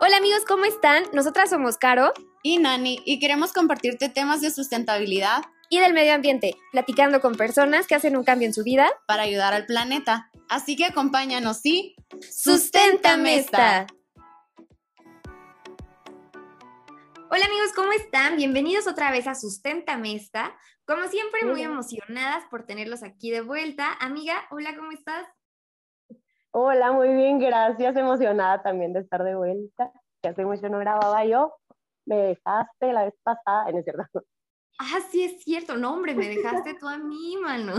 Hola amigos, ¿cómo están? Nosotras somos Caro y Nani y queremos compartirte temas de sustentabilidad y del medio ambiente, platicando con personas que hacen un cambio en su vida para ayudar al planeta. Así que acompáñanos y ¡susténtame esta! Hola amigos, ¿cómo están? Bienvenidos otra vez a Susténtame esta. Como siempre, muy emocionadas por tenerlos aquí de vuelta. Amiga, hola, ¿cómo estás? Hola, muy bien, gracias. Emocionada también de estar de vuelta. Que hace mucho no grababa yo. Me dejaste la vez pasada, no es cierto. Ah, sí, es cierto. No, hombre, me dejaste tú a mí, mano.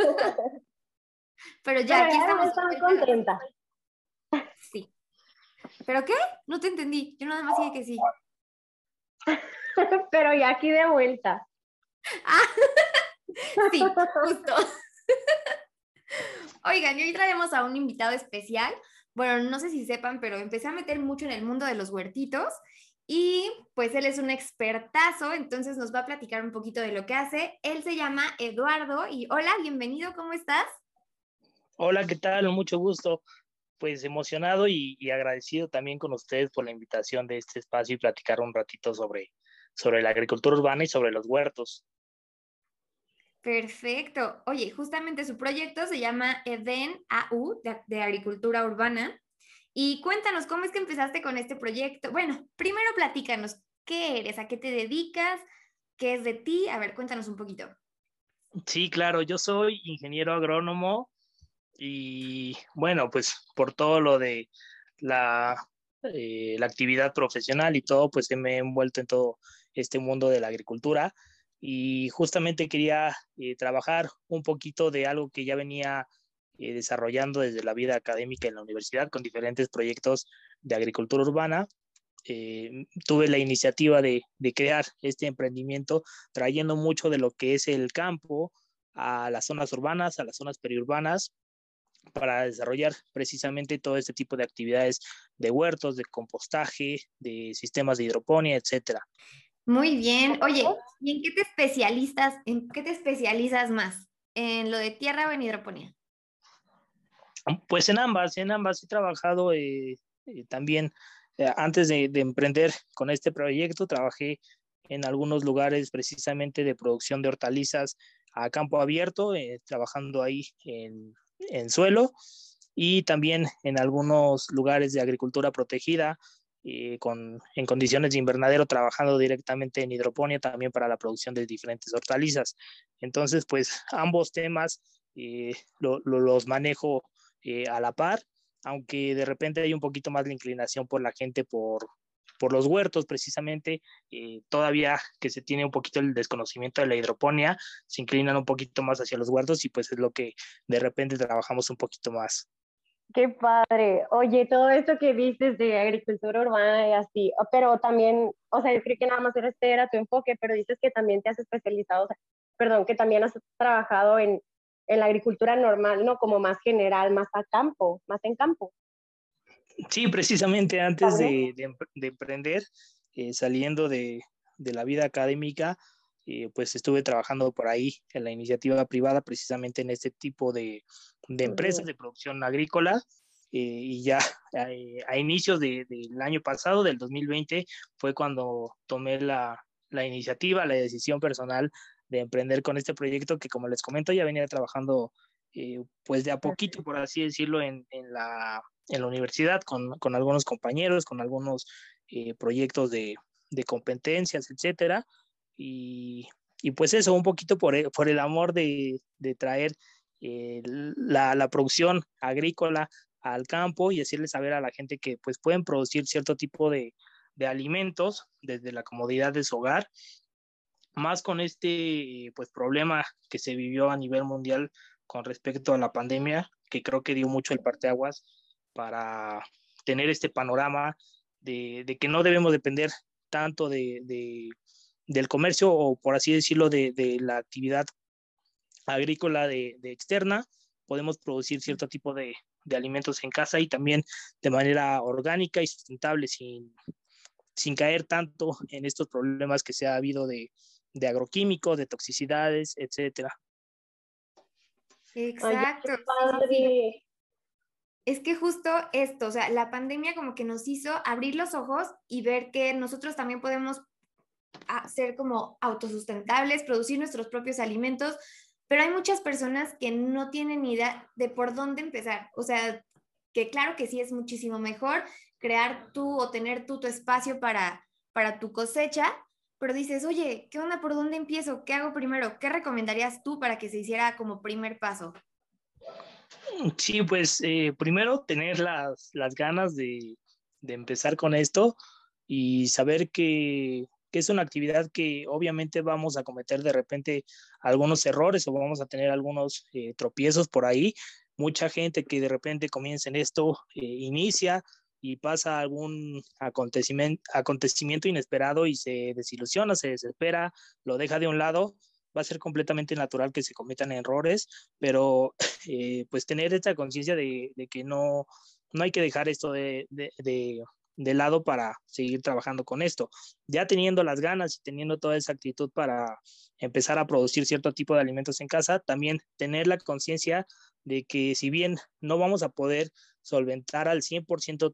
Pero ya, aquí estamos. Estoy contenta. Sí. ¿Pero qué? No te entendí. Yo nada más dije que sí. Pero ya aquí de vuelta. Ah, sí, justo. Oigan, y hoy traemos a un invitado especial. Bueno, no sé si sepan, pero empecé a meter mucho en el mundo de los huertitos y pues él es un expertazo, entonces nos va a platicar un poquito de lo que hace. Él se llama Eduardo y hola, bienvenido, ¿cómo estás? Hola, ¿qué tal? Mucho gusto. Pues emocionado y agradecido también con ustedes por la invitación de este espacio y platicar un ratito sobre la agricultura urbana y sobre los huertos. Perfecto. Oye, justamente su proyecto se llama EDEN AU de Agricultura Urbana. Y cuéntanos, ¿cómo es que empezaste con este proyecto? Bueno, primero platícanos, ¿qué eres? ¿A qué te dedicas? ¿Qué es de ti? A ver, cuéntanos un poquito. Sí, claro, yo soy ingeniero agrónomo y bueno, pues por todo lo de la, la actividad profesional y todo, pues me he envuelto en todo este mundo de la agricultura y justamente quería trabajar un poquito de algo que ya venía desarrollando desde la vida académica en la universidad con diferentes proyectos de agricultura urbana. Tuve la iniciativa de crear este emprendimiento trayendo mucho de lo que es el campo a las zonas urbanas, a las zonas periurbanas, para desarrollar precisamente todo este tipo de actividades de huertos, de compostaje, de sistemas de hidroponía, etcétera. Muy bien. Oye, ¿y en qué te especializas más? ¿En lo de tierra o en hidroponía? Pues en ambas he trabajado también. Antes de emprender con este proyecto, trabajé en algunos lugares precisamente de producción de hortalizas a campo abierto, trabajando ahí en suelo y también en algunos lugares de agricultura protegida, en condiciones de invernadero, trabajando directamente en hidroponía también para la producción de diferentes hortalizas. Entonces, pues ambos temas los manejo a la par, aunque de repente hay un poquito más de inclinación por la gente por los huertos, precisamente, todavía que se tiene un poquito el desconocimiento de la hidroponía, se inclinan un poquito más hacia los huertos y pues es lo que de repente trabajamos un poquito más. Qué padre. Oye, todo esto que dices de agricultura urbana y así, pero también, o sea, yo creo que nada más este era tu enfoque, pero dices que también te has especializado, o sea, perdón, que también has trabajado en la agricultura normal, ¿no? Como más general, más a campo, más en campo. Sí, precisamente antes de emprender, saliendo de la vida académica, pues estuve trabajando por ahí en la iniciativa privada, precisamente en este tipo de empresas de producción agrícola. Y ya a inicios del año pasado, del 2020, fue cuando tomé la iniciativa, la decisión personal de emprender con este proyecto que, como les comento, ya venía trabajando pues de a poquito, por así decirlo, en la universidad con algunos compañeros, con algunos proyectos de competencias, etcétera. Y pues eso, un poquito por el amor de traer la producción agrícola al campo y decirles saber a la gente que pues pueden producir cierto tipo de alimentos desde la comodidad de su hogar, más con este pues problema que se vivió a nivel mundial con respecto a la pandemia, que creo que dio mucho el parteaguas para tener este panorama de que no debemos depender tanto del comercio o, por así decirlo, de la actividad agrícola de externa. Podemos producir cierto tipo de alimentos en casa y también de manera orgánica y sustentable sin caer tanto en estos problemas que se ha habido de agroquímicos, de toxicidades, etcétera. Exacto, Oye, sí, sí, sí. Es que justo esto, o sea, la pandemia como que nos hizo abrir los ojos y ver que nosotros también podemos ser como autosustentables, producir nuestros propios alimentos, pero hay muchas personas que no tienen ni idea de por dónde empezar. O sea, que claro que sí es muchísimo mejor crear tú o tener tú tu espacio para tu cosecha, pero dices, oye, ¿qué onda? ¿Por dónde empiezo? ¿Qué hago primero? ¿Qué recomendarías tú para que se hiciera como primer paso? Sí, pues primero tener las ganas de empezar con esto y saber que es una actividad que obviamente vamos a cometer de repente algunos errores o vamos a tener algunos tropiezos por ahí. Mucha gente que de repente comienza en esto, inicia y pasa algún acontecimiento inesperado y se desilusiona, se desespera, lo deja de un lado. Va a ser completamente natural que se cometan errores, pero pues tener esta conciencia de que no hay que dejar esto de lado para seguir trabajando con esto. Ya teniendo las ganas y teniendo toda esa actitud para empezar a producir cierto tipo de alimentos en casa, también tener la conciencia de que si bien no vamos a poder solventar al 100%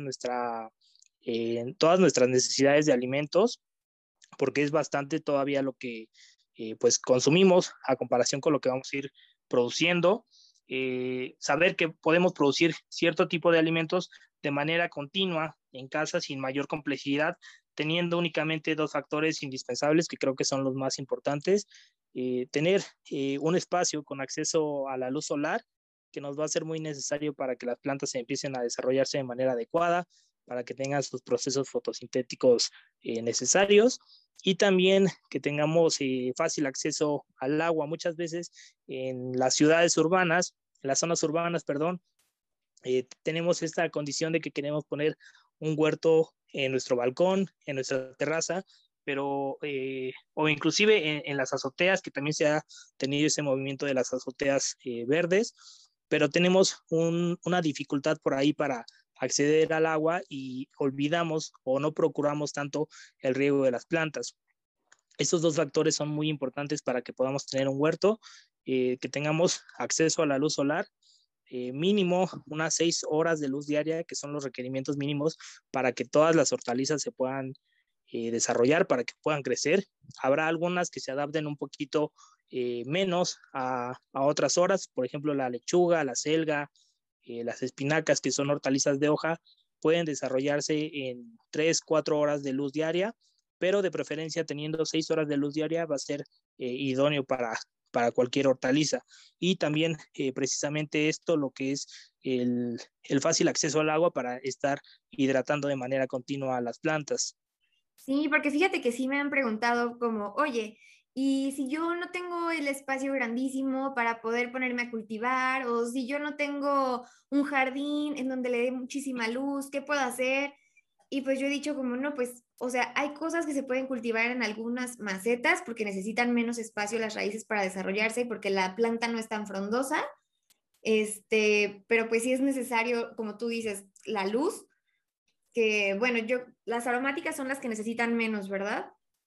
todas nuestras necesidades de alimentos, porque es bastante todavía lo que pues consumimos a comparación con lo que vamos a ir produciendo. Saber que podemos producir cierto tipo de alimentos de manera continua en casa sin mayor complejidad, teniendo únicamente dos factores indispensables que creo que son los más importantes. Tener un espacio con acceso a la luz solar, que nos va a ser muy necesario para que las plantas se empiecen a desarrollarse de manera adecuada, para que tengan sus procesos fotosintéticos necesarios, y también que tengamos fácil acceso al agua. Muchas veces en las ciudades urbanas, en las zonas urbanas, perdón, tenemos esta condición de que queremos poner un huerto en nuestro balcón, en nuestra terraza, pero o inclusive en las azoteas, que también se ha tenido ese movimiento de las azoteas verdes, pero tenemos una dificultad por ahí para acceder al agua y olvidamos o no procuramos tanto el riego de las plantas. Estos dos factores son muy importantes para que podamos tener un huerto, que tengamos acceso a la luz solar, mínimo unas 6 horas de luz diaria, que son los requerimientos mínimos para que todas las hortalizas se puedan desarrollar, para que puedan crecer. Habrá algunas que se adapten un poquito menos a otras horas, por ejemplo la lechuga, la selga, las espinacas, que son hortalizas de hoja, pueden desarrollarse en 3, 4 horas de luz diaria, pero de preferencia teniendo 6 horas de luz diaria va a ser idóneo para cualquier hortaliza. Y también precisamente esto, lo que es el fácil acceso al agua para estar hidratando de manera continua a las plantas. Sí, porque fíjate que sí me han preguntado como, oye, y si yo no tengo el espacio grandísimo para poder ponerme a cultivar, o si yo no tengo un jardín en donde le dé muchísima luz, ¿qué puedo hacer? Y pues yo he dicho como, no, pues, o sea, hay cosas que se pueden cultivar en algunas macetas porque necesitan menos espacio las raíces para desarrollarse y porque la planta no es tan frondosa, pero pues sí es necesario, como tú dices, la luz que, bueno, las aromáticas son las que necesitan menos, ¿verdad?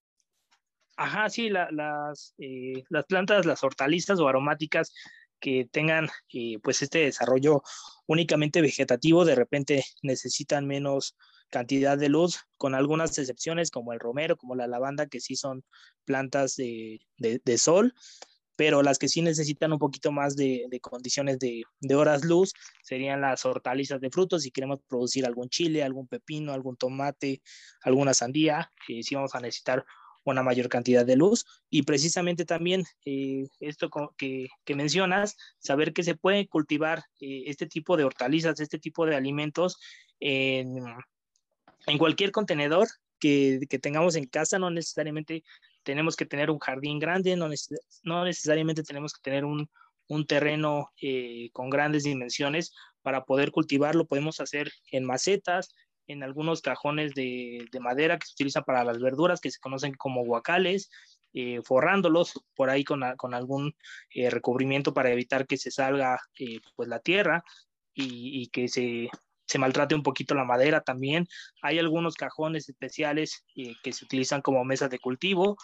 Ajá, sí, las plantas, las hortalizas o aromáticas que tengan pues este desarrollo únicamente vegetativo, de repente necesitan menos cantidad de luz, con algunas excepciones como el romero, como la lavanda, que sí son plantas de sol, pero las que sí necesitan un poquito más de condiciones de horas luz serían las hortalizas de frutos. Si queremos producir algún chile, algún pepino, algún tomate, alguna sandía, sí vamos a necesitar una mayor cantidad de luz. Y precisamente también esto que mencionas, saber que se puede cultivar este tipo de hortalizas, este tipo de alimentos en, en cualquier contenedor que tengamos en casa. No necesariamente tenemos que tener un jardín grande, no necesariamente tenemos que tener un terreno con grandes dimensiones para poder cultivarlo. Podemos hacer en macetas, en algunos cajones de madera que se utilizan para las verduras, que se conocen como guacales, forrándolos por ahí con algún recubrimiento para evitar que se salga pues la tierra y que se maltrate un poquito la madera también. Hay algunos cajones especiales que se utilizan como mesas de cultivo,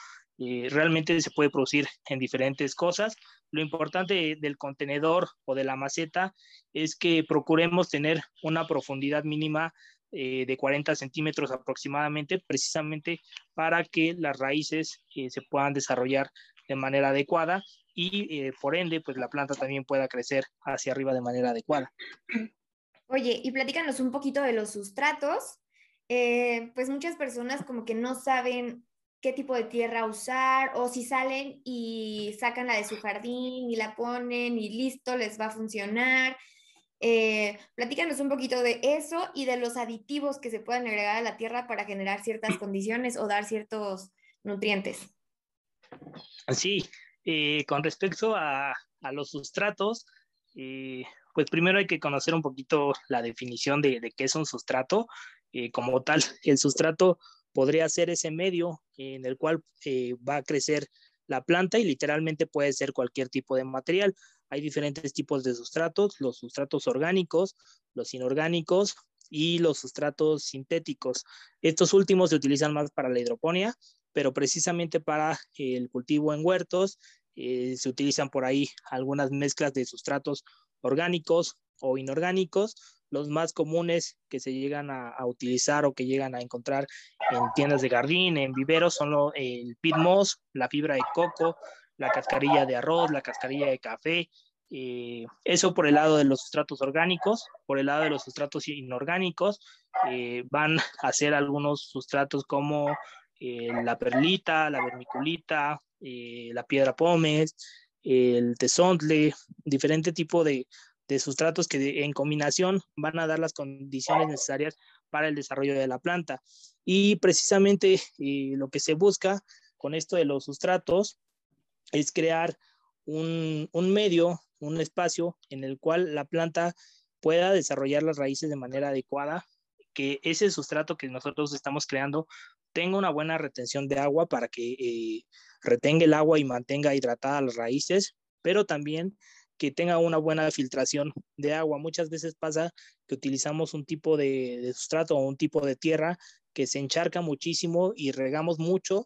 realmente se puede producir en diferentes cosas. Lo importante del contenedor o de la maceta es que procuremos tener una profundidad mínima de 40 centímetros aproximadamente, precisamente para que las raíces se puedan desarrollar de manera adecuada y por ende pues la planta también pueda crecer hacia arriba de manera adecuada. Oye, y platícanos un poquito de los sustratos. Pues muchas personas como que no saben qué tipo de tierra usar, o si salen y sacan la de su jardín y la ponen y listo, les va a funcionar. Platícanos un poquito de eso y de los aditivos que se pueden agregar a la tierra para generar ciertas condiciones o dar ciertos nutrientes. Sí, con respecto a los sustratos, pues primero hay que conocer un poquito la definición de qué es un sustrato. Como tal, el sustrato podría ser ese medio en el cual va a crecer la planta y literalmente puede ser cualquier tipo de material. Hay diferentes tipos de sustratos, los sustratos orgánicos, los inorgánicos y los sustratos sintéticos. Estos últimos se utilizan más para la hidroponía, pero precisamente para el cultivo en huertos se utilizan por ahí algunas mezclas de sustratos orgánicos o inorgánicos. Los más comunes que se llegan a utilizar o que llegan a encontrar en tiendas de jardín, en viveros, son el peat moss, la fibra de coco, la cascarilla de arroz, la cascarilla de café. Eso por el lado de los sustratos orgánicos. Por el lado de los sustratos inorgánicos van a ser algunos sustratos como la perlita, la vermiculita, la piedra pómez, el tesontle, diferente tipo de sustratos que en combinación van a dar las condiciones necesarias para el desarrollo de la planta. Y precisamente lo que se busca con esto de los sustratos es crear un medio, un espacio en el cual la planta pueda desarrollar las raíces de manera adecuada, que ese sustrato que nosotros estamos creando tenga una buena retención de agua para que retenga el agua y mantenga hidratadas las raíces, pero también que tenga una buena filtración de agua. Muchas veces pasa que utilizamos un tipo de sustrato o un tipo de tierra que se encharca muchísimo y regamos mucho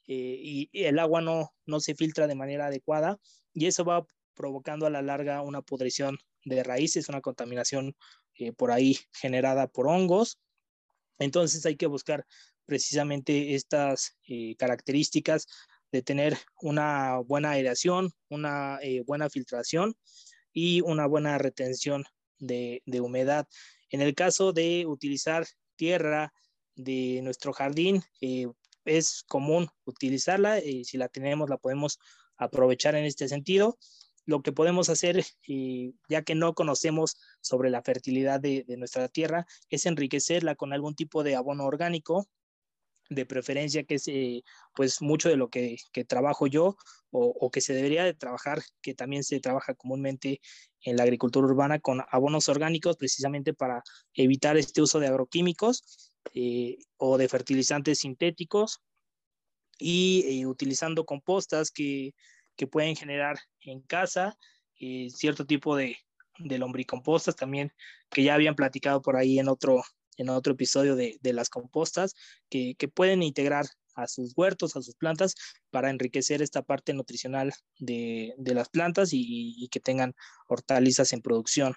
y el agua no se filtra de manera adecuada y eso va provocando a la larga una pudrición de raíces, una contaminación por ahí generada por hongos. Entonces hay que buscar precisamente estas características de tener una buena aireación, una buena filtración y una buena retención de humedad. En el caso de utilizar tierra de nuestro jardín, es común utilizarla, si la tenemos la podemos aprovechar en este sentido. Lo que podemos hacer, ya que no conocemos sobre la fertilidad de nuestra tierra, es enriquecerla con algún tipo de abono orgánico, de preferencia que es pues mucho de lo que trabajo yo o que se debería de trabajar, que también se trabaja comúnmente en la agricultura urbana con abonos orgánicos precisamente para evitar este uso de agroquímicos o de fertilizantes sintéticos y utilizando compostas que pueden generar en casa, cierto tipo de lombricompostas también, que ya habían platicado por ahí en otro episodio de las compostas, que pueden integrar a sus huertos, a sus plantas, para enriquecer esta parte nutricional de las plantas y que tengan hortalizas en producción.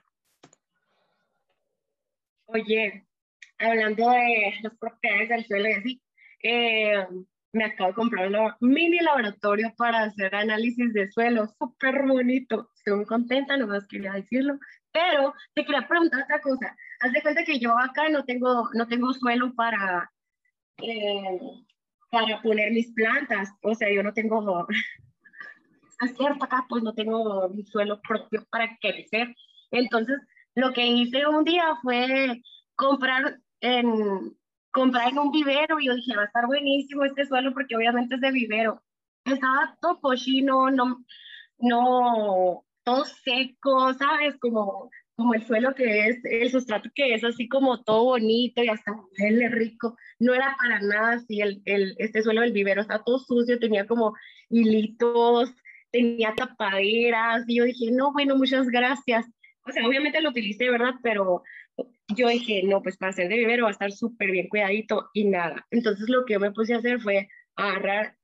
Oye, hablando de las propiedades del suelo y así, me acabo de comprar un mini laboratorio para hacer análisis de suelo, súper bonito. Estoy muy contenta, no más quería decirlo. Pero te quería preguntar otra cosa. Haz de cuenta que yo acá no tengo suelo eh, para poner mis plantas. O sea, yo no tengo, es cierto, acá pues no tengo mi suelo propio para crecer. Entonces, lo que hice un día fue comprar en, comprar en un vivero y yo dije, va a estar buenísimo este suelo porque obviamente es de vivero. Estaba todo cochino, no, todo seco, ¿sabes? Como el suelo que es, el sustrato que es así como todo bonito y hasta huele rico. No era para nada así este suelo del vivero, está todo sucio, tenía como hilitos, tenía tapaderas y yo dije, no, bueno, muchas gracias. O sea, obviamente lo utilicé, ¿verdad? Pero yo dije, no, pues para ser de vivero va a estar súper bien cuidadito y nada. Entonces lo que yo me puse a hacer fue agarrar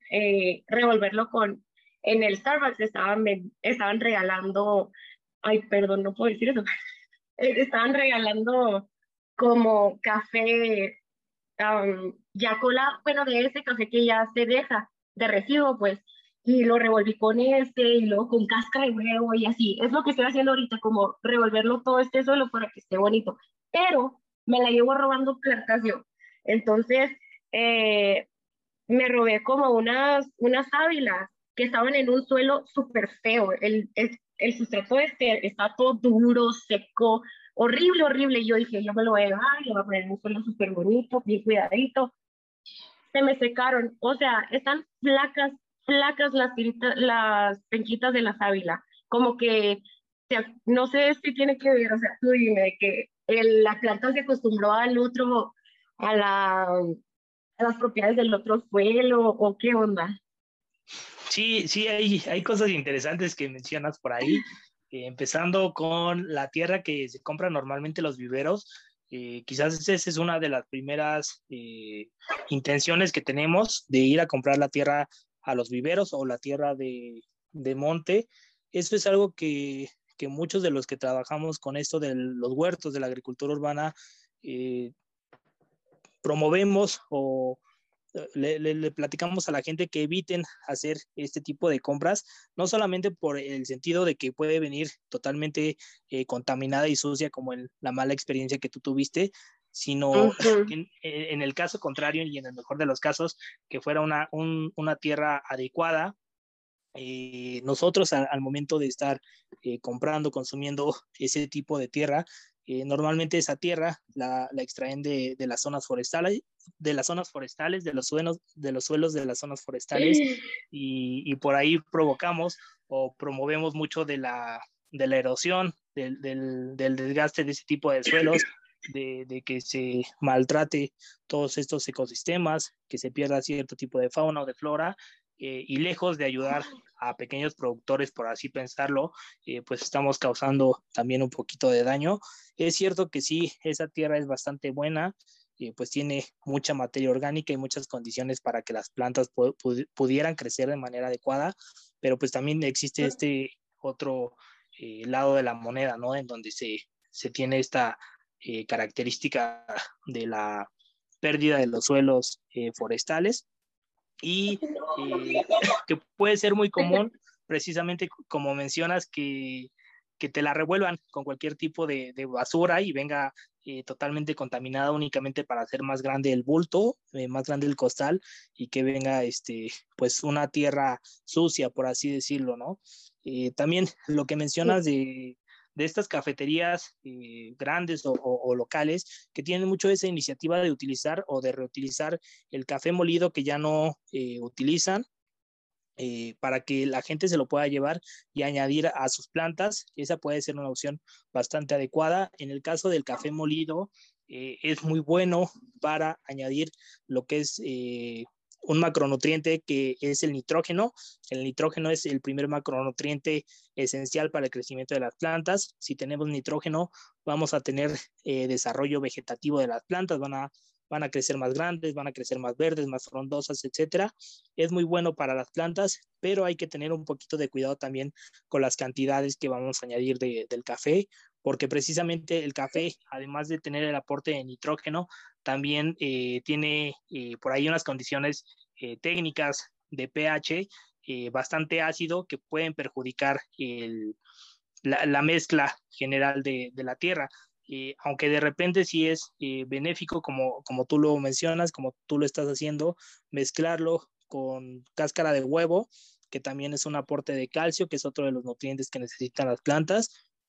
revolverlo en el Starbucks estaban regalando, ay, perdón, no puedo decir eso, estaban regalando como café ya colado, bueno, de ese café que ya se deja de recibo, pues, y lo revolví con y luego con cáscara de huevo y así. Es lo que estoy haciendo ahorita, como revolverlo todo solo para que esté bonito. Pero me la llevo robando plantas yo. Entonces, eh, me robé como unas sábilas que estaban en un suelo súper feo. El sustrato está todo duro, seco, horrible, horrible. Y yo dije, yo me lo voy a llevar, le voy a poner en un suelo súper bonito, bien cuidadito. Se me secaron, o sea, están flacas, flacas las penquitas de la sábila. Como que, o sea, no sé si tiene que ver, o sea, tú dime, que la planta se acostumbró al otro, a las propiedades del otro suelo o qué onda. Sí, sí, hay cosas interesantes que mencionas por ahí, empezando con la tierra que se compra normalmente en los viveros. Quizás esa es una de las primeras intenciones que tenemos de ir a comprar la tierra a los viveros o la tierra de monte. Eso es algo que muchos de los que trabajamos con esto de los huertos, de la agricultura urbana, eh, promovemos o le platicamos a la gente que eviten hacer este tipo de compras, no solamente por el sentido de que puede venir totalmente contaminada y sucia como la mala experiencia que tú tuviste, sino Ujú. que en el caso contrario y en el mejor de los casos, que fuera una tierra adecuada. Nosotros al momento de estar comprando, consumiendo ese tipo de tierra, normalmente esa tierra la extraen de las zonas forestales, de los suelos de las zonas forestales, y por ahí provocamos o promovemos mucho de la erosión, del desgaste de ese tipo de suelos, de que se maltrate todos estos ecosistemas, que se pierda cierto tipo de fauna o de flora, y lejos de ayudar a pequeños productores, por así pensarlo, pues estamos causando también un poquito de daño. Es cierto que sí, esa tierra es bastante buena, pues tiene mucha materia orgánica y muchas condiciones para que las plantas pudieran crecer de manera adecuada, pero pues también existe este otro lado de la moneda, ¿no? En donde se tiene esta característica de la pérdida de los suelos forestales y que puede ser muy común, precisamente como mencionas, que te la revuelvan con cualquier tipo de basura y venga totalmente contaminada únicamente para hacer más grande el bulto, más grande el costal, y que venga pues una tierra sucia, por así decirlo, ¿no? También lo que mencionas de estas cafeterías grandes o locales que tienen mucho esa iniciativa de utilizar o de reutilizar el café molido que ya no utilizan, para que la gente se lo pueda llevar y añadir a sus plantas. Esa puede ser una opción bastante adecuada. En el caso del café molido, es muy bueno para añadir lo que es un macronutriente que es el nitrógeno. El nitrógeno es el primer macronutriente esencial para el crecimiento de las plantas. Si tenemos nitrógeno, vamos a tener desarrollo vegetativo de las plantas, van a crecer más grandes, van a crecer más verdes, más frondosas, etcétera. Es muy bueno para las plantas, pero hay que tener un poquito de cuidado también con las cantidades que vamos a añadir del café, porque precisamente el café, además de tener el aporte de nitrógeno, también tiene por ahí unas condiciones técnicas de pH bastante ácido que pueden perjudicar la mezcla general de la tierra. Aunque de repente sí es benéfico, como tú lo mencionas, como tú lo estás haciendo, mezclarlo con cáscara de huevo, que también es un aporte de calcio, que es otro de los nutrientes que necesitan las plantas.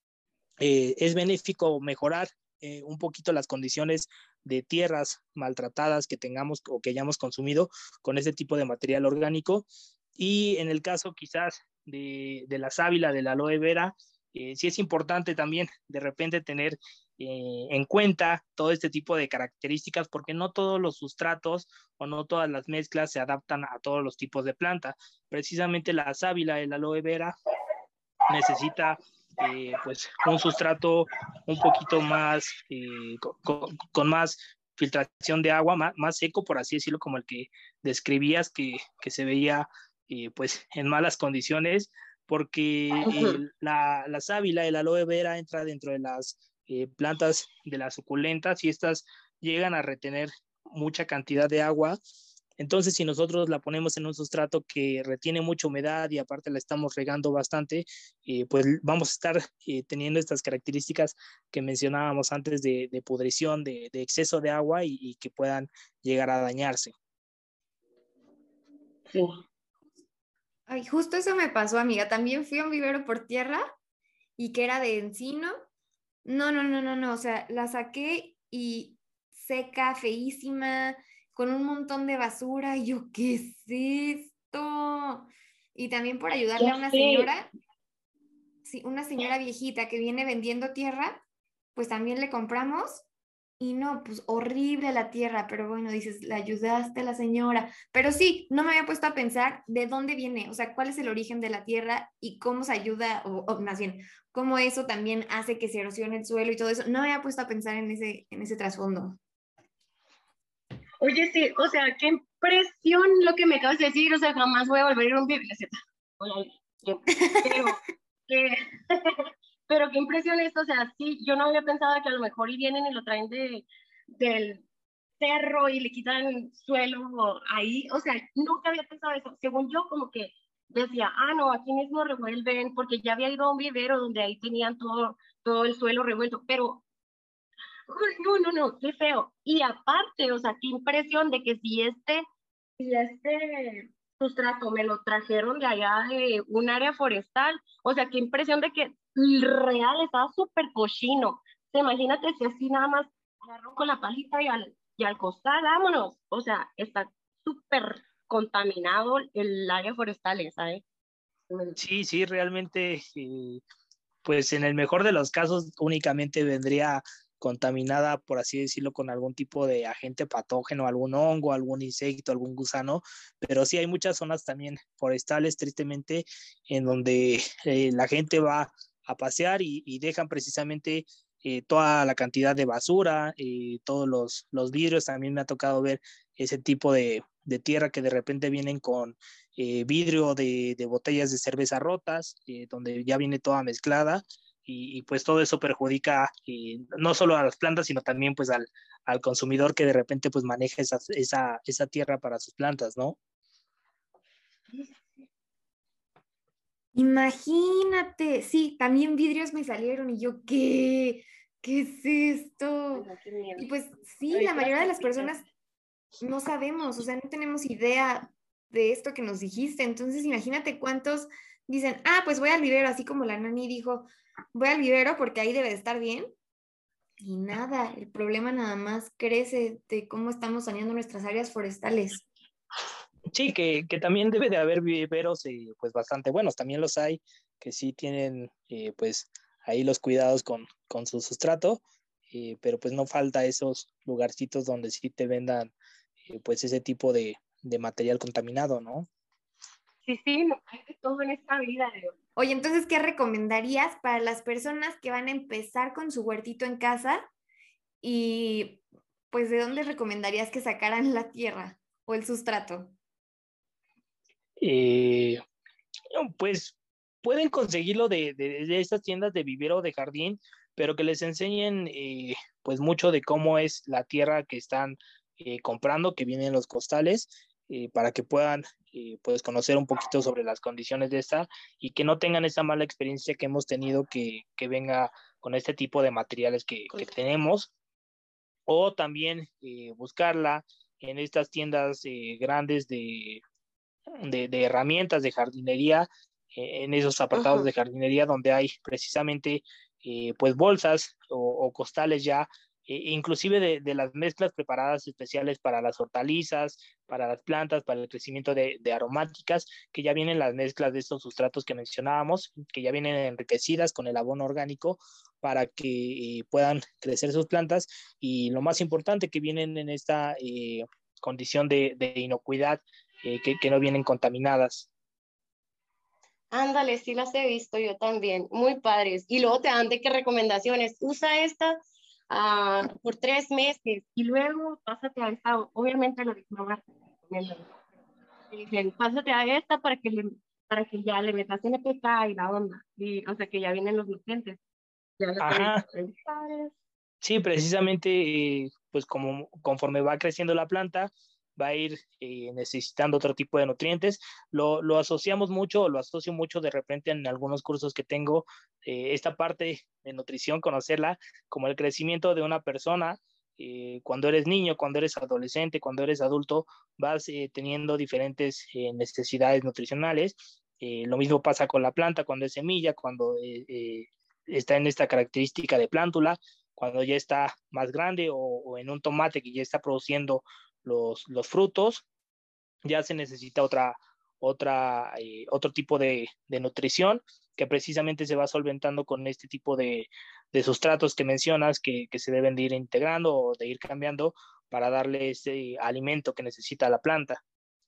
Es benéfico mejorar un poquito las condiciones de tierras maltratadas que tengamos o que hayamos consumido con este tipo de material orgánico. Y en el caso quizás de la sábila, de la aloe vera, sí es importante también de repente tener en cuenta todo este tipo de características, porque no todos los sustratos o no todas las mezclas se adaptan a todos los tipos de planta. Precisamente la sábila, el aloe vera, necesita pues un sustrato un poquito más, con más filtración de agua más seco, por así decirlo, como el que describías, que se veía pues en malas condiciones, porque la sábila, el aloe vera entra dentro de las plantas de las suculentas y estas llegan a retener mucha cantidad de agua. Entonces, si nosotros la ponemos en un sustrato que retiene mucha humedad y aparte la estamos regando bastante, pues vamos a estar teniendo estas características que mencionábamos antes de pudrición, de exceso de agua y que puedan llegar a dañarse. Sí. Ay, justo eso me pasó, amiga. También fui a un vivero por tierra y que era de encino. No. O sea, la saqué y seca, feísima, con un montón de basura. Y yo, ¿qué es esto? Y también por ayudarle Ya a una sé. señora, sí, una señora viejita que viene vendiendo tierra, pues también le compramos. Y no, pues horrible la tierra, pero bueno, dices, le ayudaste a la señora. Pero sí, no me había puesto a pensar de dónde viene, o sea, cuál es el origen de la tierra y cómo se ayuda, o más bien, cómo eso también hace que se erosione el suelo y todo eso. No me había puesto a pensar en ese trasfondo. Oye, sí, o sea, qué impresión lo que me acabas de decir, o sea, jamás voy a volver a ir a un biblioteca. Pero, que, pero qué impresión esto, o sea, sí, yo no había pensado que a lo mejor y vienen y lo traen del cerro y le quitan suelo ahí, o sea, nunca había pensado eso. Según yo, como que decía, ah, no, aquí mismo revuelven, porque ya había ido a un vivero donde ahí tenían todo el suelo revuelto, pero no, qué feo. Y aparte, o sea, qué impresión de que si este sustrato me lo trajeron de allá de un área forestal, o sea, qué impresión de que el real estaba súper cochino. O sea, imagínate si así nada más agarró con la palita y al costal, vámonos. O sea, está súper contaminado el área forestal, ¿sabes? Sí, realmente, pues en el mejor de los casos únicamente vendría contaminada, por así decirlo, con algún tipo de agente patógeno, algún hongo, algún insecto, algún gusano, pero sí hay muchas zonas también forestales, tristemente, en donde la gente va a pasear y dejan precisamente toda la cantidad de basura, todos los vidrios. También me ha tocado ver ese tipo de tierra que de repente vienen con vidrio de botellas de cerveza rotas, donde ya viene toda mezclada y pues todo eso perjudica no solo a las plantas, sino también pues al consumidor que de repente pues maneja esa tierra para sus plantas, ¿no? Imagínate, sí, también vidrios me salieron y yo, ¿qué? ¿Qué es Ay, esto? no, qué miedo. Y pues sí, la Ahorita las mayoría de las papitas. personas no sabemos, o sea, no tenemos idea de esto que nos dijiste. Entonces, imagínate cuántos dicen, ah, pues voy al vivero, así como la Nani dijo, voy al vivero porque ahí debe de estar bien. Y nada, el problema nada más crece de cómo estamos saneando nuestras áreas forestales. Sí, que también debe de haber viveros pues bastante buenos, también los hay que sí tienen pues ahí los cuidados con su sustrato, pero pues no falta esos lugarcitos donde sí te vendan pues ese tipo de material contaminado, ¿no? Sí, sí, no, hay de todo en esta vida, Leo. Oye, entonces, ¿qué recomendarías para las personas que van a empezar con su huertito en casa? Y pues, ¿de dónde recomendarías que sacaran la tierra o el sustrato? Eh, pues pueden conseguirlo de estas tiendas de vivero de jardín, pero que les enseñen pues mucho de cómo es la tierra que están comprando, que vienen en los costales, para que puedan pues conocer un poquito sobre las condiciones de esta y que no tengan esa mala experiencia que hemos tenido que venga con este tipo de materiales que tenemos, o también buscarla en estas tiendas grandes de herramientas de jardinería, en esos apartados Ujú. de jardinería donde hay precisamente pues bolsas o costales ya, inclusive de las mezclas preparadas especiales para las hortalizas, para las plantas, para el crecimiento de aromáticas, que ya vienen las mezclas de estos sustratos que mencionábamos, que ya vienen enriquecidas con el abono orgánico para que puedan crecer sus plantas, y lo más importante, que vienen en esta condición de inocuidad, que no vienen contaminadas. Ándale, sí las he visto yo también, muy padres. Y luego te dan de qué recomendaciones. Usa esta por 3 meses y luego pásate a esta, obviamente lo dijo mamá, y dicen, pásate a esta para que ya le metas NPK y la onda, y, o sea, que ya vienen los nutrientes. Ya los Ajá, padres. sí, precisamente, pues como conforme va creciendo la planta, va a ir necesitando otro tipo de nutrientes. Lo asociamos mucho, o lo asocio mucho de repente en algunos cursos que tengo, esta parte de nutrición, conocerla como el crecimiento de una persona. Cuando eres niño, cuando eres adolescente, cuando eres adulto, vas teniendo diferentes necesidades nutricionales. Lo mismo pasa con la planta cuando es semilla, cuando está en esta característica de plántula, cuando ya está más grande o en un tomate que ya está produciendo los frutos, ya se necesita otro tipo de nutrición que precisamente se va solventando con este tipo de sustratos que mencionas que se deben de ir integrando o de ir cambiando para darle ese alimento que necesita la planta.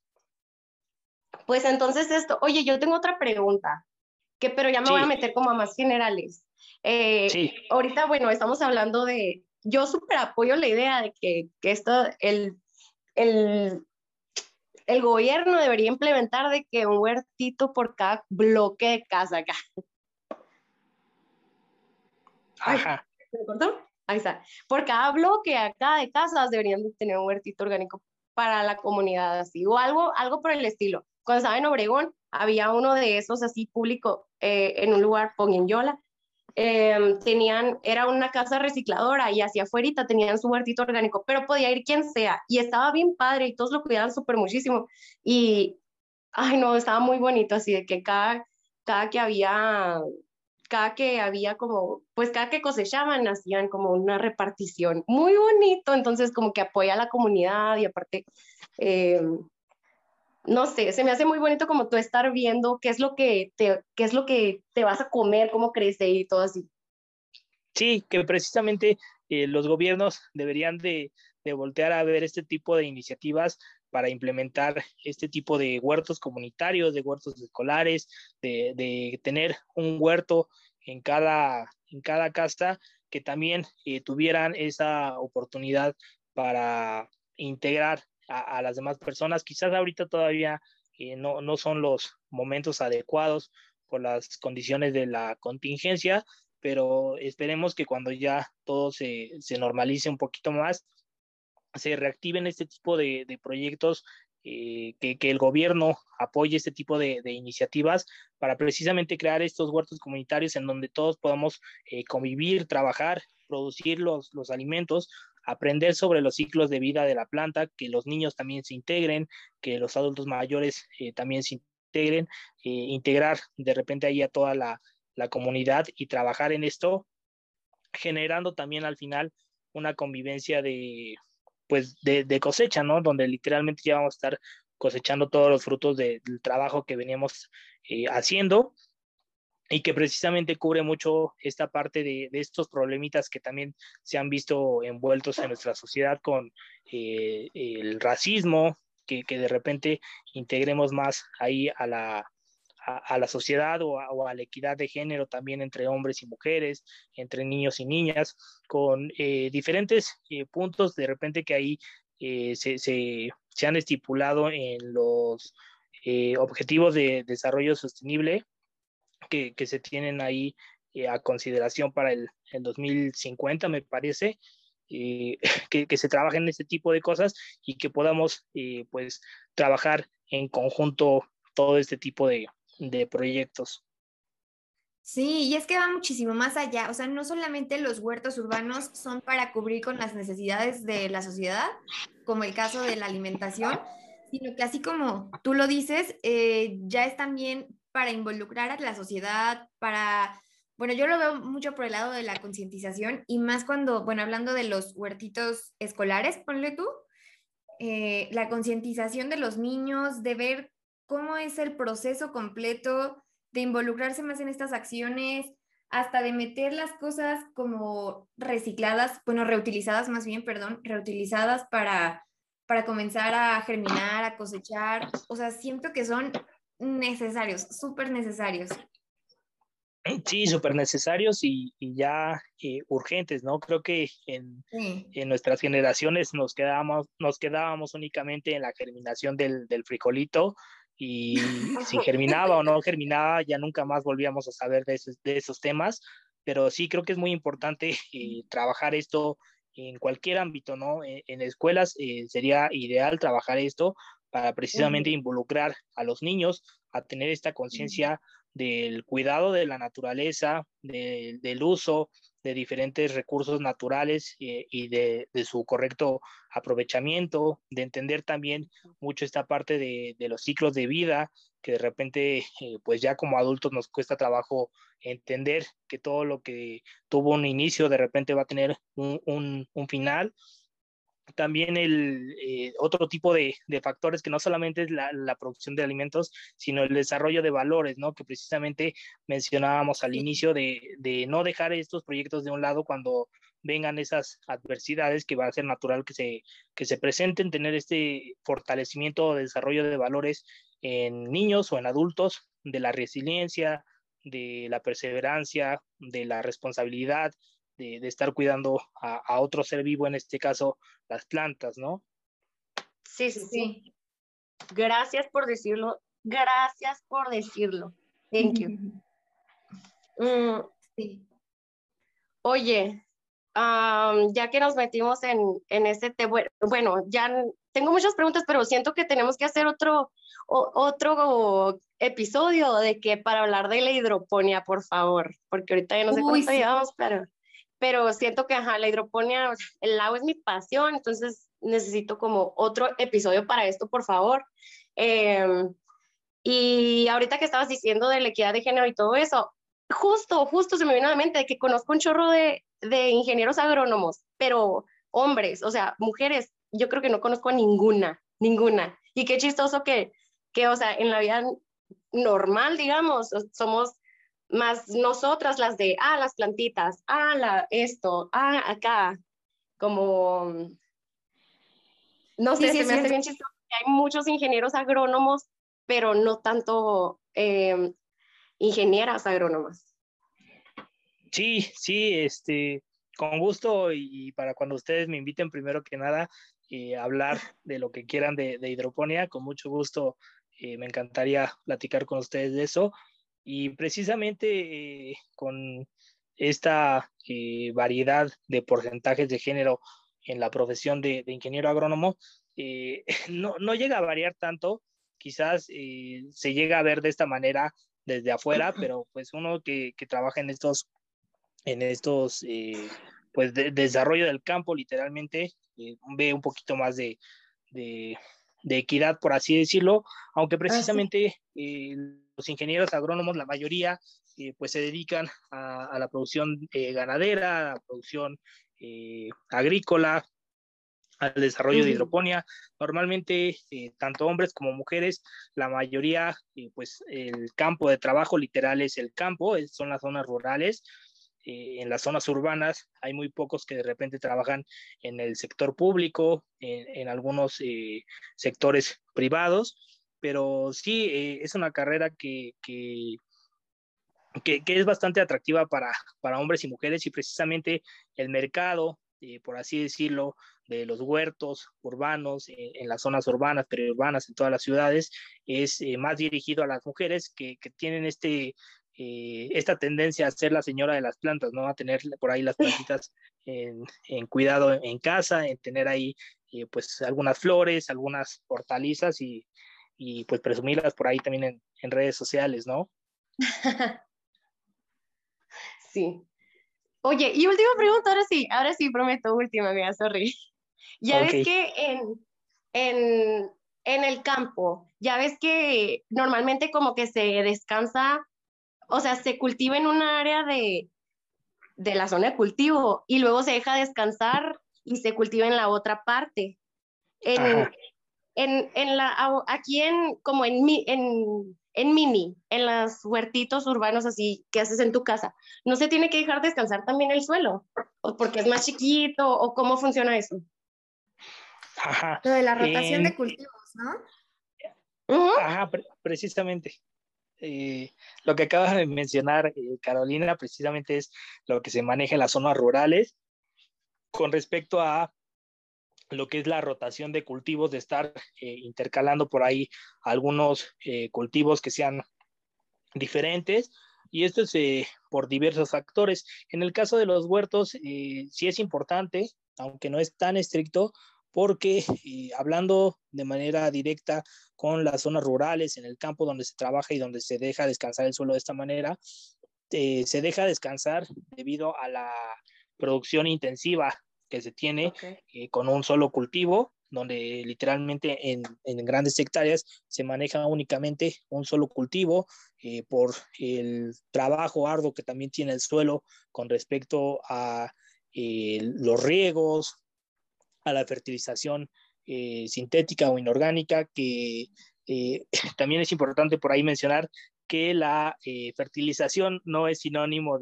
Pues entonces esto, oye, yo tengo otra pregunta, pero ya me voy a Sí, meter como a más generales. sí, Ahorita, bueno, estamos hablando yo súper apoyo la idea de que esto, el, el gobierno debería implementar de que un huertito por cada bloque de casa acá. Ay, ajá. ¿se me cortó? Ahí está. Por cada bloque acá de casas deberían de tener un huertito orgánico para la comunidad así, o algo por el estilo. Cuando estaba en Obregón, había uno de esos así público en un lugar, Yola, era una casa recicladora y hacia afuera tenían su huertito orgánico, pero podía ir quien sea y estaba bien padre y todos lo cuidaban súper muchísimo y, ay no, estaba muy bonito así de que cada que había como, pues cada que cosechaban hacían como una repartición muy bonito, entonces como que apoya a la comunidad y aparte, eh, no sé, se me hace muy bonito como tú estar viendo qué es lo que te vas a comer, cómo crece y todo así. Sí, que precisamente los gobiernos deberían de voltear a ver este tipo de iniciativas para implementar este tipo de huertos comunitarios, de huertos escolares, de tener un huerto en cada casa que también tuvieran esa oportunidad para integrar a las demás personas. Quizás ahorita todavía no son los momentos adecuados por las condiciones de la contingencia, pero esperemos que cuando ya todo se normalice un poquito más, se reactiven este tipo de proyectos, que el gobierno apoye este tipo de iniciativas para precisamente crear estos huertos comunitarios en donde todos podamos convivir, trabajar, producir los alimentos, aprender sobre los ciclos de vida de la planta, que los niños también se integren, que los adultos mayores también se integren, integrar de repente ahí a toda la comunidad y trabajar en esto, generando también al final una convivencia pues de cosecha, ¿no? Donde literalmente ya vamos a estar cosechando todos los frutos del trabajo que veníamos haciendo y que precisamente cubre mucho esta parte de estos problemitas que también se han visto envueltos en nuestra sociedad con el racismo, que de repente integremos más ahí a la sociedad o a la equidad de género también entre hombres y mujeres, entre niños y niñas, con diferentes puntos de repente que ahí se han estipulado en los objetivos de desarrollo sostenible que se tienen ahí a consideración para el 2050, me parece, que se trabajen en este tipo de cosas y que podamos pues trabajar en conjunto todo este tipo de proyectos. Sí, y es que va muchísimo más allá, o sea, no solamente los huertos urbanos son para cubrir con las necesidades de la sociedad, como el caso de la alimentación, sino que así como tú lo dices, ya es también para involucrar a la sociedad, bueno, yo lo veo mucho por el lado de la concientización y más cuando, bueno, hablando de los huertitos escolares, ponle tú, la concientización de los niños, de ver cómo es el proceso completo, de involucrarse más en estas acciones, hasta de meter las cosas como recicladas, bueno, reutilizadas más bien, perdón, reutilizadas para comenzar a germinar, a cosechar. O sea, siento que son necesarios, súper necesarios. Sí, súper necesarios y ya urgentes, ¿no? Creo que Sí. en nuestras generaciones nos quedábamos únicamente en la germinación del frijolito y si germinaba o no germinaba, ya nunca más volvíamos a saber de esos temas, pero sí creo que es muy importante trabajar esto en cualquier ámbito, ¿no? En escuelas sería ideal trabajar esto para precisamente Ujú. involucrar a los niños a tener esta conciencia del cuidado de la naturaleza, del uso de diferentes recursos naturales y de su correcto aprovechamiento, de entender también mucho esta parte de los ciclos de vida, que de repente, pues ya como adultos nos cuesta trabajo entender que todo lo que tuvo un inicio de repente va a tener un final. También otro tipo de factores que no solamente es la producción de alimentos, sino el desarrollo de valores, ¿no? Que precisamente mencionábamos al Sí. inicio de no dejar estos proyectos de un lado cuando vengan esas adversidades que va a ser natural que se presenten, tener este fortalecimiento o desarrollo de valores en niños o en adultos, de la resiliencia, de la perseverancia, de la responsabilidad, de estar cuidando a otro ser vivo, en este caso las plantas, ¿no? Sí, sí, sí. Sí. Gracias por decirlo. Gracias por decirlo. Thank you. Mm, Sí. oye, ya que nos metimos en este tema, bueno, ya tengo muchas preguntas, pero siento que tenemos que hacer otro episodio de que para hablar de la hidroponía, por favor, porque ahorita ya no sé Uy, cuánto sí. llevamos, pero siento que ajá, la hidroponía, el agua es mi pasión, entonces necesito como otro episodio para esto, por favor. Em, y ahorita que estabas diciendo de la equidad de género y todo eso, justo se me vino a la mente de que conozco un chorro de ingenieros agrónomos, pero hombres, o sea, mujeres, yo creo que no conozco a ninguna. Y qué chistoso o sea, en la vida normal, digamos, somos más nosotras las de, las plantitas, esto, acá, como, no Sí, sé, sí se es me hace cierto. bien chistoso que hay muchos ingenieros agrónomos, pero no tanto ingenieras agrónomas. Sí, sí, con gusto y para cuando ustedes me inviten, primero que nada, hablar de lo que quieran de hidroponía, con mucho gusto, me encantaría platicar con ustedes de eso. Y precisamente con esta variedad de porcentajes de género en la profesión de ingeniero agrónomo, no llega a variar tanto, quizás se llega a ver de esta manera desde afuera, pero pues uno que trabaja en estos pues desarrollo del campo, literalmente, ve un poquito más de, de equidad, por así decirlo, aunque Ah, sí. precisamente los ingenieros agrónomos, la mayoría, pues se dedican a la producción ganadera, a la producción agrícola, al desarrollo de Ujú. hidroponía. Normalmente, tanto hombres como mujeres, la mayoría, pues el campo de trabajo literal es el campo, son las zonas rurales. En las zonas urbanas hay muy pocos que de repente trabajan en el sector público, en algunos sectores privados, pero sí, es una carrera que es bastante atractiva para hombres y mujeres y precisamente el mercado, por así decirlo, de los huertos urbanos, en las zonas urbanas, periurbanas, en todas las ciudades, es más dirigido a las mujeres que tienen esta tendencia a ser la señora de las plantas, ¿no? A tener por ahí las plantitas en cuidado en casa, en tener ahí pues algunas flores, algunas hortalizas y pues presumirlas por ahí también en redes sociales, ¿no? Sí. Oye, y última pregunta, ahora sí prometo última, mira, sorry. Ya Ok. ves que en, en el campo, ya ves que normalmente como que se descansa, o sea, se cultiva en un área de la zona de cultivo y luego se deja descansar y se cultiva en la otra parte. En, Ajá. aquí como en mini, en los huertitos urbanos así que haces en tu casa, ¿no se tiene que dejar descansar también el suelo? ¿O porque es más chiquito? ¿O cómo funciona eso? Ajá, Lo de la rotación de en, cultivos, ¿no? Ujú. ajá, precisamente. lo que acaba de mencionar Carolina precisamente es lo que se maneja en las zonas rurales con respecto a lo que es la rotación de cultivos, de estar intercalando por ahí algunos cultivos que sean diferentes, y esto es por diversos factores. En el caso de los huertos, sí es importante, aunque no es tan estricto, porque hablando de manera directa con las zonas rurales, en el campo donde se trabaja y donde se deja descansar el suelo de esta manera, se deja descansar debido a la producción intensiva que se tiene con un solo cultivo, donde literalmente en grandes hectáreas se maneja únicamente un solo cultivo por el trabajo arduo que también tiene el suelo con respecto a los riegos, a la fertilización sintética o inorgánica, que también es importante por ahí mencionar que la fertilización no es sinónimo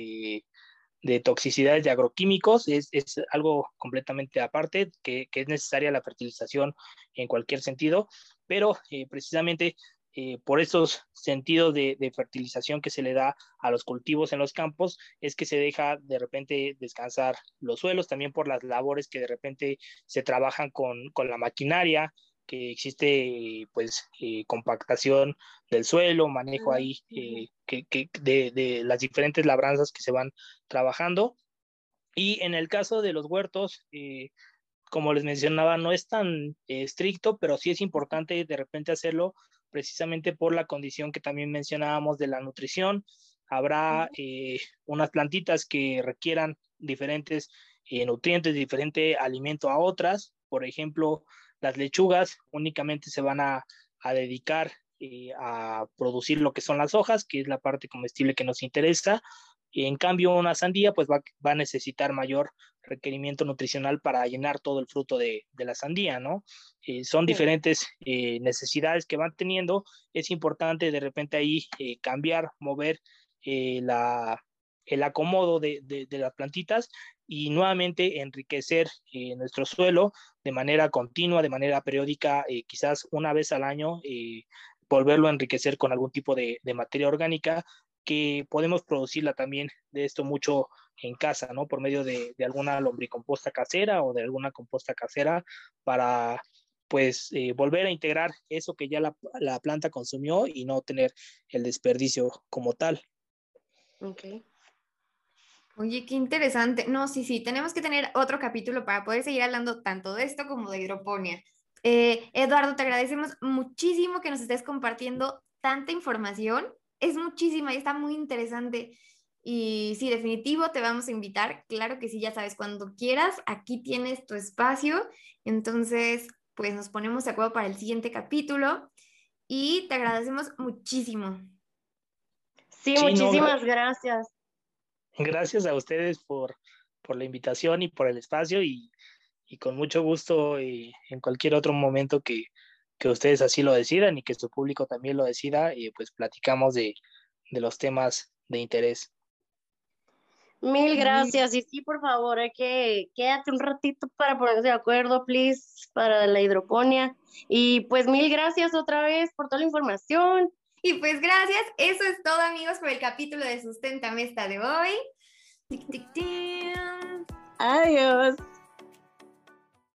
de toxicidades de agroquímicos, es algo completamente aparte, que es necesaria la fertilización en cualquier sentido, pero precisamente por esos sentidos de fertilización que se le da a los cultivos en los campos, es que se deja de repente descansar los suelos, también por las labores que de repente se trabajan con la maquinaria, que existe pues compactación del suelo, manejo ahí de las diferentes labranzas que se van trabajando. Y en el caso de los huertos, como les mencionaba, no es tan estricto, pero sí es importante de repente hacerlo precisamente por la condición que también mencionábamos de la nutrición. Habrá unas plantitas que requieran diferentes nutrientes, diferente alimento a otras. Por ejemplo, las lechugas únicamente se van a dedicar a producir lo que son las hojas, que es la parte comestible que nos interesa. En cambio, una sandía pues va a necesitar mayor requerimiento nutricional para llenar todo el fruto de la sandía, ¿no? Son diferentes necesidades que van teniendo. Es importante de repente ahí cambiar, mover el acomodo de las plantitas y nuevamente enriquecer nuestro suelo de manera continua, de manera periódica, quizás una vez al año, volverlo a enriquecer con algún tipo de materia orgánica, que podemos producirla también de esto mucho en casa, ¿no? Por medio de alguna lombricomposta casera o de alguna composta casera para, pues, volver a integrar eso que ya la planta consumió y no tener el desperdicio como tal. Ok. Oye, qué interesante. No, sí, sí, tenemos que tener otro capítulo para poder seguir hablando tanto de esto como de hidroponía. Eduardo, te agradecemos muchísimo que nos estés compartiendo tanta información. Es muchísima y está muy interesante. Y sí, definitivo, te vamos a invitar. Claro que sí, ya sabes, cuando quieras, aquí tienes tu espacio. Entonces, pues nos ponemos de acuerdo para el siguiente capítulo y te agradecemos muchísimo. Sí, Sí, no, muchísimas gracias. gracias a ustedes por la invitación y por el espacio y con mucho gusto en cualquier otro momento que ustedes así lo decidan y que su público también lo decida, pues platicamos de los temas de interés. Mil Muy gracias. Y sí, por favor, hay que quédate un ratito para ponerse de acuerdo, please, para la hidroponía. Y pues mil gracias otra vez por toda la información. Y pues gracias, eso es todo amigos por el capítulo de Susténtame esta de hoy. Tic, tic, tic. Adiós.